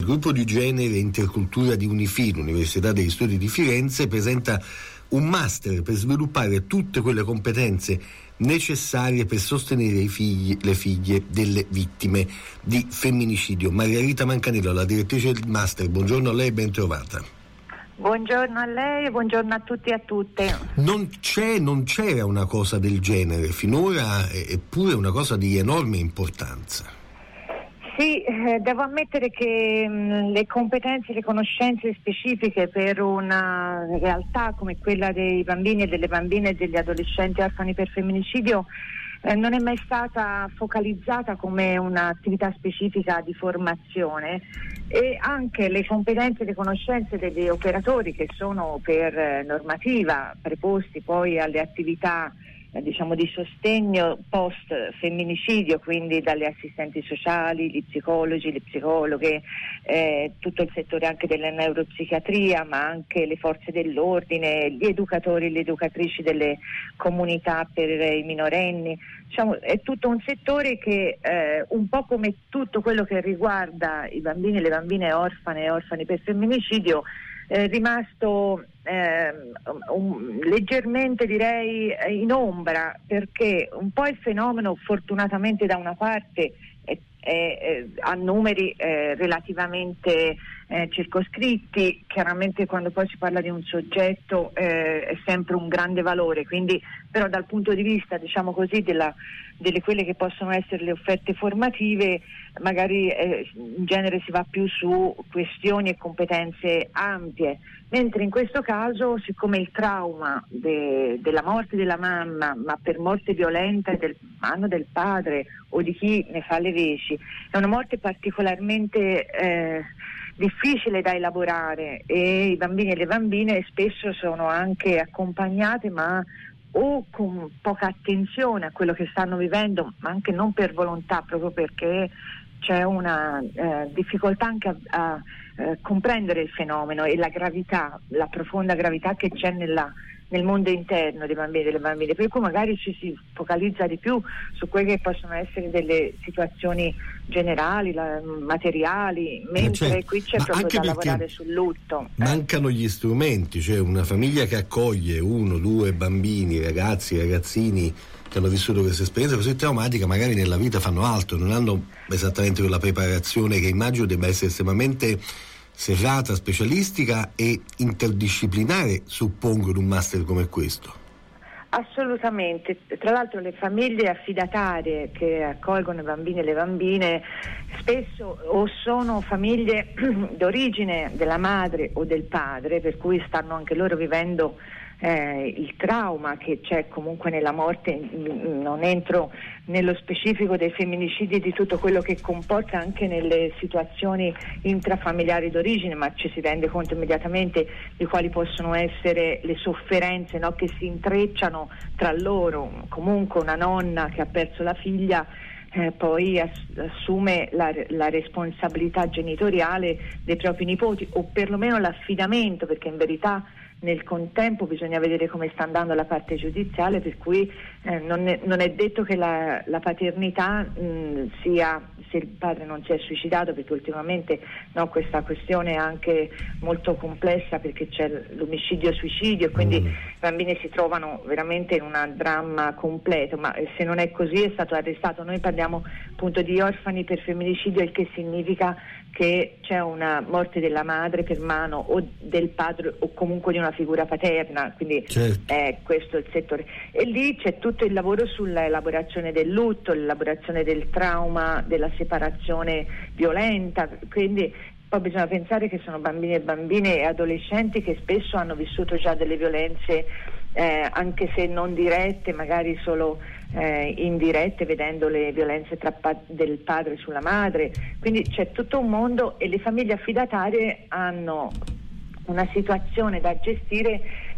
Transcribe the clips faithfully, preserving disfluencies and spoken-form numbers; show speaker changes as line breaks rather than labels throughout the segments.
Il gruppo di genere e intercultura di Unifil, Università degli Studi di Firenze, presenta un master per sviluppare tutte quelle competenze necessarie per sostenere i figli, le figlie delle vittime di femminicidio. Maria Rita Mancanello, la direttrice del master, buongiorno a lei e ben trovata.
Buongiorno a lei e buongiorno a tutti e a tutte.
Non c'è, non c'era una cosa del genere finora, eppure una cosa di enorme importanza.
Sì, eh, devo ammettere che mh, le competenze, le conoscenze specifiche per una realtà come quella dei bambini e delle bambine e degli adolescenti orfani per femminicidio eh, non è mai stata focalizzata come un'attività specifica di formazione, e anche le competenze e le conoscenze degli operatori che sono per eh, normativa preposti poi alle attività diciamo di sostegno post femminicidio, quindi dalle assistenti sociali, gli psicologi, le psicologhe, eh, tutto il settore anche della neuropsichiatria, ma anche le forze dell'ordine, gli educatori e le educatrici delle comunità per i minorenni. Diciamo, è tutto un settore che eh, un po' come tutto quello che riguarda i bambini e le bambine orfane e orfani per femminicidio è rimasto eh, un, leggermente direi in ombra, perché un po' il fenomeno fortunatamente da una parte è, è, è, ha numeri eh, relativamente eh, circoscritti. Chiaramente quando poi si parla di un soggetto eh, è sempre un grande valore, quindi però dal punto di vista diciamo così della, delle quelle che possono essere le offerte formative magari eh, in genere si va più su questioni e competenze ampie, mentre in questo caso, siccome il trauma de, della morte della mamma, ma per morte violenta del mano del padre o di chi ne fa le veci, è una morte particolarmente eh, difficile da elaborare, e i bambini e le bambine spesso sono anche accompagnate ma o con poca attenzione a quello che stanno vivendo, ma anche non per volontà, proprio perché c'è una eh, difficoltà anche a, a eh, comprendere il fenomeno e la gravità, la profonda gravità che c'è nella, nel mondo interno dei bambini e delle bambine, per cui magari ci si focalizza di più su quelle che possono essere delle situazioni generali, la, materiali, mentre
certo,
qui c'è proprio da lavorare sul lutto.
Mancano gli strumenti, cioè una famiglia che accoglie uno, due bambini, ragazzi, ragazzini che hanno vissuto questa esperienza così traumatica, magari nella vita fanno altro, non hanno esattamente quella preparazione che immagino debba essere estremamente serrata, specialistica e interdisciplinare, suppongo, in un master come questo.
Assolutamente, tra l'altro le famiglie affidatarie che accolgono i bambini e le bambine spesso o sono famiglie d'origine della madre o del padre, per cui stanno anche loro vivendo Eh, il trauma che c'è comunque nella morte. Non entro nello specifico dei femminicidi e di tutto quello che comporta anche nelle situazioni intrafamiliari d'origine, ma ci si rende conto immediatamente di quali possono essere le sofferenze, no, che si intrecciano tra loro. Comunque una nonna che ha perso la figlia Eh, poi ass- assume la, la responsabilità genitoriale dei propri nipoti, o perlomeno l'affidamento, perché in verità nel contempo bisogna vedere come sta andando la parte giudiziale, per cui eh, non, è, non è detto che la, la paternità mh, sia, se il padre non si è suicidato, perché ultimamente no, questa questione è anche molto complessa, perché c'è l'omicidio-suicidio e quindi mm. i bambini si trovano veramente in un dramma completo, ma se non è così è stato arrestato. Noi parliamo appunto di orfani per femminicidio, il che significa che c'è una morte della madre per mano o del padre o comunque di una figura paterna, quindi certo. È questo il settore, e lì c'è tutto il lavoro sull'elaborazione del lutto, l'elaborazione del trauma, della separazione violenta, quindi poi bisogna pensare che sono bambini e bambine e adolescenti che spesso hanno vissuto già delle violenze eh, anche se non dirette, magari solo eh, indirette, vedendo le violenze tra pa- del padre sulla madre, quindi c'è tutto un mondo, e le famiglie affidatarie hanno una situazione da gestire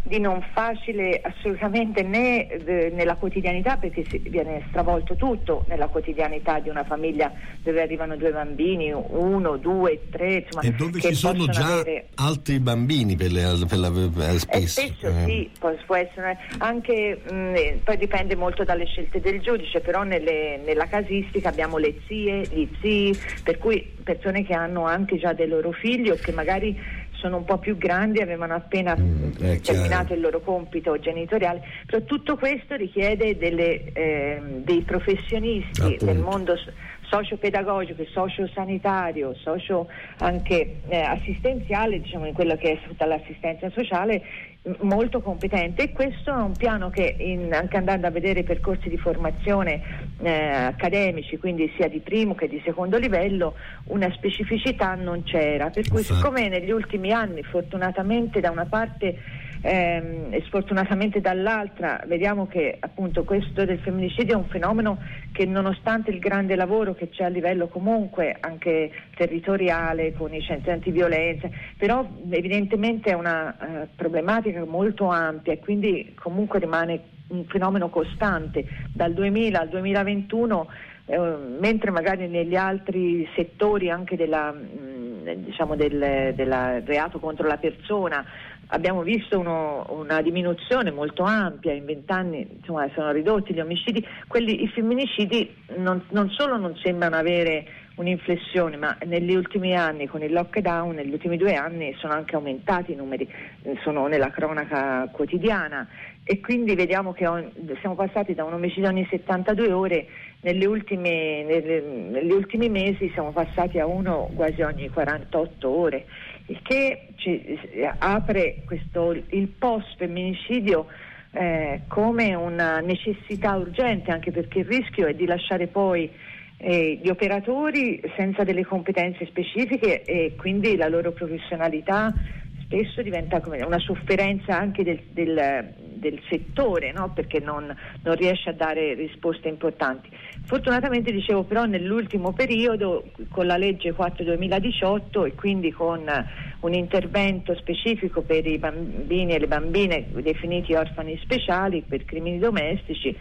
di non facile assolutamente né eh, nella quotidianità, perché si, viene stravolto tutto nella quodianità di una famiglia dove arrivano due bambini, uno, due, tre, insomma,
e dove
che
ci sono già
avere... altri
bambini per, le, per la per spesso,
eh, spesso eh. sì, può, può essere anche mh, poi dipende molto dalle scelte del giudice, però nelle, nella casistica abbiamo le zie, gli zii, per cui persone che hanno anche già dei loro figli o che magari sono un po' più grandi, avevano appena mm, terminato il loro compito genitoriale, però tutto questo richiede delle, eh, dei professionisti Appunto. del mondo socio-pedagogico, socio-sanitario, socio anche eh, assistenziale, diciamo in quello che è tutta l'assistenza sociale, molto competente, e questo è un piano che in, anche andando a vedere i percorsi di formazione eh, accademici, quindi sia di primo che di secondo livello, una specificità non c'era, per cui siccome negli ultimi anni fortunatamente da una parte ehm, e sfortunatamente dall'altra vediamo che appunto questo del femminicidio è un fenomeno che, nonostante il grande lavoro che c'è a livello comunque anche territoriale con i centri antiviolenza, però evidentemente è una uh, problematica molto ampia e quindi comunque rimane un fenomeno costante dal duemila al duemilaventuno, eh, mentre magari negli altri settori anche della, mh, diciamo del, della reato contro la persona abbiamo visto uno, una diminuzione molto ampia, in vent'anni insomma sono ridotti gli omicidi, quelli, i femminicidi non, non solo non sembrano avere un'inflessione, ma negli ultimi anni con il lockdown, negli ultimi due anni sono anche aumentati i numeri, sono nella cronaca quotidiana, e quindi vediamo che on, siamo passati da un omicidio ogni settantadue ore, nelle ultime, nelle, negli ultimi mesi siamo passati a uno quasi ogni quarantotto ore, il che ci apre questo, il post femminicidio eh, come una necessità urgente, anche perché il rischio è di lasciare poi eh, gli operatori senza delle competenze specifiche e quindi la loro professionalità spesso diventa come una sofferenza anche del, del, del settore, no? Perché non, non riesce a dare risposte importanti. Fortunatamente, dicevo, però nell'ultimo periodo con la legge quattro duemiladiciotto e quindi con un intervento specifico per i bambini e le bambine definiti orfani speciali per crimini domestici,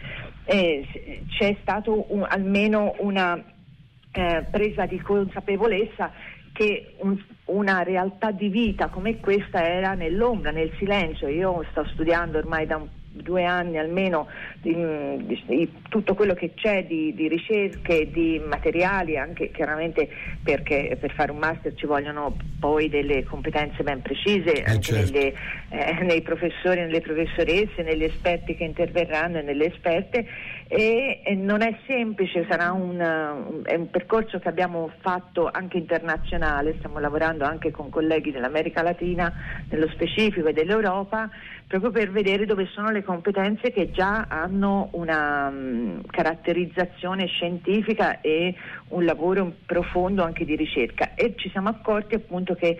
eh, c'è stato un, almeno una eh, presa di consapevolezza che un, una realtà di vita come questa era nell'ombra, nel silenzio. Io sto studiando ormai da un, due anni almeno di, di, di tutto quello che c'è di, di ricerche, di materiali, anche chiaramente perché per fare un master ci vogliono poi delle competenze ben precise, eh, anche certo. nelle, eh, nei professori, nelle professoresse, negli esperti che interverranno e nelle esperte, e, e non è semplice, sarà un, è un percorso che abbiamo fatto anche internazionale, stiamo lavorando anche con colleghi dell'America Latina nello specifico e dell'Europa, proprio per vedere dove sono le competenze che già hanno una um, caratterizzazione scientifica e un lavoro profondo anche di ricerca, e ci siamo accorti appunto che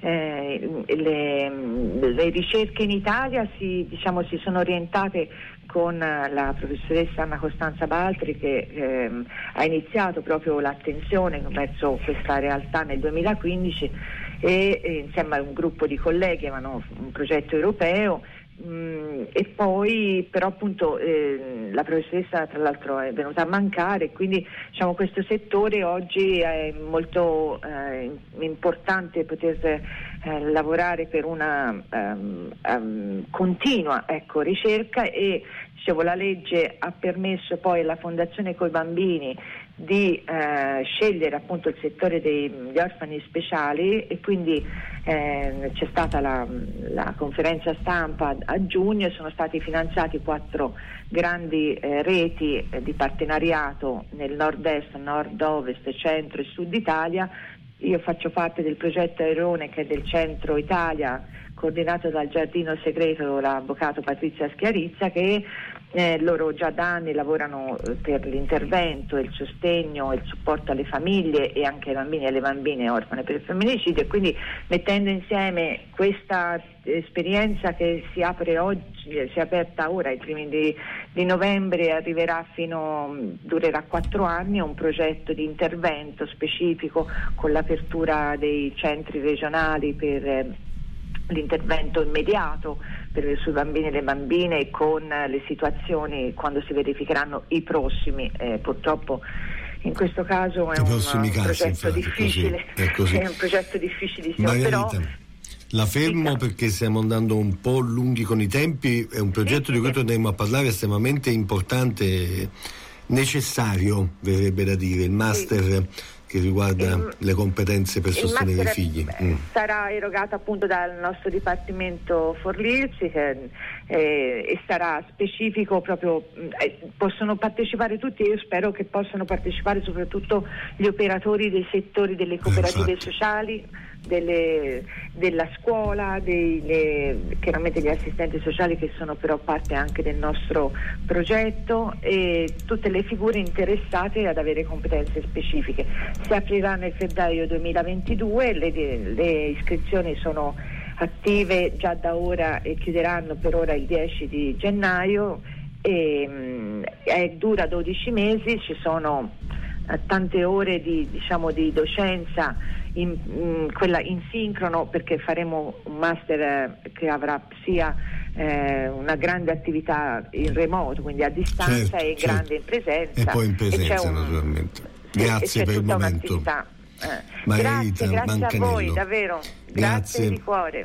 eh, le, le ricerche in Italia si, diciamo, si sono orientate con la professoressa Anna Costanza Baltri, che ehm, ha iniziato proprio l'attenzione verso questa realtà nel duemilaquindici e, e insieme a un gruppo di colleghi avevano un progetto europeo. Mm, e poi però appunto eh, la professoressa tra l'altro è venuta a mancare, quindi diciamo questo settore oggi è molto eh, importante poter eh, lavorare per una um, um, continua ecco, ricerca, e dicevo la legge ha permesso poi alla Fondazione Coi Bambini di eh, scegliere appunto il settore degli orfani speciali, e quindi eh, c'è stata la, la conferenza stampa a giugno e sono stati finanziati quattro grandi eh, reti eh, di partenariato nel nord-est, nord-ovest, centro e sud Italia. Io faccio parte del progetto Airone, che è del centro Italia, coordinato dal Giardino Segreto, l'avvocato Patrizia Schiarizza, che eh, loro già da anni lavorano per l'intervento, il sostegno e il supporto alle famiglie e anche ai bambini e alle bambine orfane per il femminicidio, e quindi mettendo insieme questa esperienza che si apre oggi, si è aperta ora ai primi di, di novembre e arriverà fino, durerà quattro anni, è un progetto di intervento specifico con l'apertura dei centri regionali per l'intervento immediato per, sui bambini e le bambine, con le situazioni quando si verificheranno i prossimi. Eh, purtroppo in questo caso è un, un progetto infatti, difficile, è, così, è, così. È un progetto difficilissimo.
Margherita,
però
la fermo sì, perché stiamo andando un po' lunghi con i tempi. È un progetto sì, di cui sì. torneremo a parlare, estremamente importante, necessario, verrebbe da dire, il master sì. che riguarda il, le competenze per sostenere i figli.
Mm. Sarà erogato appunto dal nostro Dipartimento Forlì che, eh, e sarà specifico proprio, eh, possono partecipare tutti, e io spero che possano partecipare soprattutto gli operatori dei settori delle cooperative eh, sociali, delle, della scuola, dei, le, chiaramente gli assistenti sociali che sono però parte anche del nostro progetto, e tutte le figure interessate ad avere competenze specifiche. Si aprirà nel febbraio duemilaventidue, le, le iscrizioni sono attive già da ora e chiuderanno per ora il dieci di gennaio, e mh, è, dura dodici mesi, ci sono eh, tante ore di, diciamo, di docenza in, in, quella in sincrono, perché faremo un master eh, che avrà sia eh, una grande attività in remoto, quindi a distanza, certo, e in certo. grande in presenza,
e poi in presenza un, naturalmente. Grazie per il momento.
Eh. Grazie, grazie a voi, davvero. Grazie, grazie di cuore.